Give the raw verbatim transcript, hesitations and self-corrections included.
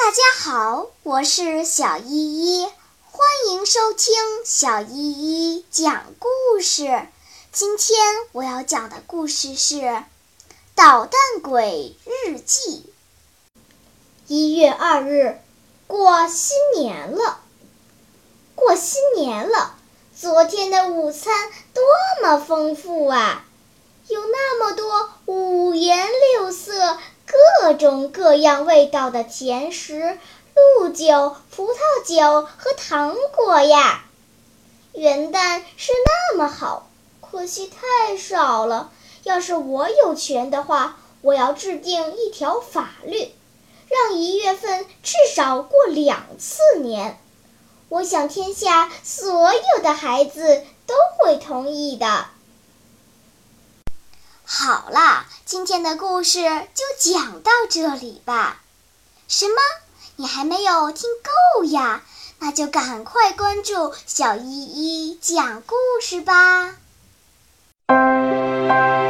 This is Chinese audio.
大家好，我是小依依，欢迎收听小依依讲故事。今天我要讲的故事是《捣蛋鬼日记》。 一月二日，过新年了，过新年了！昨天的午餐多么丰富啊！有那么多五颜六色、各种各样味道的甜食、露酒、葡萄酒和糖果呀！元旦是那么好，可惜太少了。要是我有权的话，我要制定一条法律，让一月份至少过两次年。我想天下所有的孩子都会同意的。 好啦，今天的故事就讲到这里吧。什么？你还没有听够呀？那就赶快关注小依依讲故事吧。